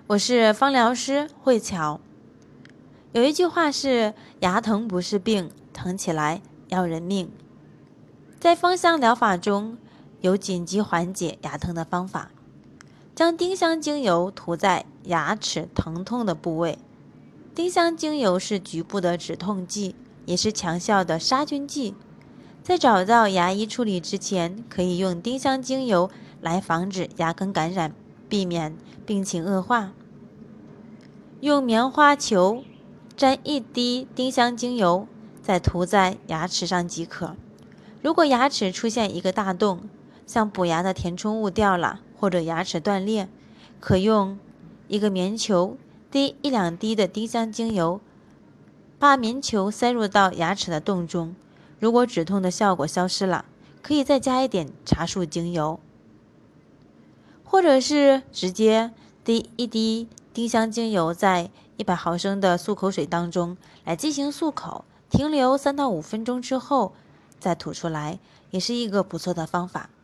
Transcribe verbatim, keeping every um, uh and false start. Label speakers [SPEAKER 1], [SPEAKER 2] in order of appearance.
[SPEAKER 1] 我是芳疗师慧乔。有一句话是牙疼不是病，疼起来要人命。在芳香疗法中有紧急缓解牙疼的方法，将丁香精油涂在牙齿疼痛的部位。丁香精油是局部的止痛剂，也是强效的杀菌剂。在找到牙医处理之前，可以用丁香精油来防止牙根感染，避免病情恶化。用棉花球沾一滴丁香精油，再涂在牙齿上即可。如果牙齿出现一个大洞，像补牙的填充物掉了，或者牙齿断裂，可用一个棉球滴一两滴的丁香精油，把棉球塞入到牙齿的洞中。如果止痛的效果消失了，可以再加一点茶树精油，或者是直接滴一滴丁香精油在一百毫升的漱口水当中来进行漱口，停留三到五分钟之后再吐出来，也是一个不错的方法。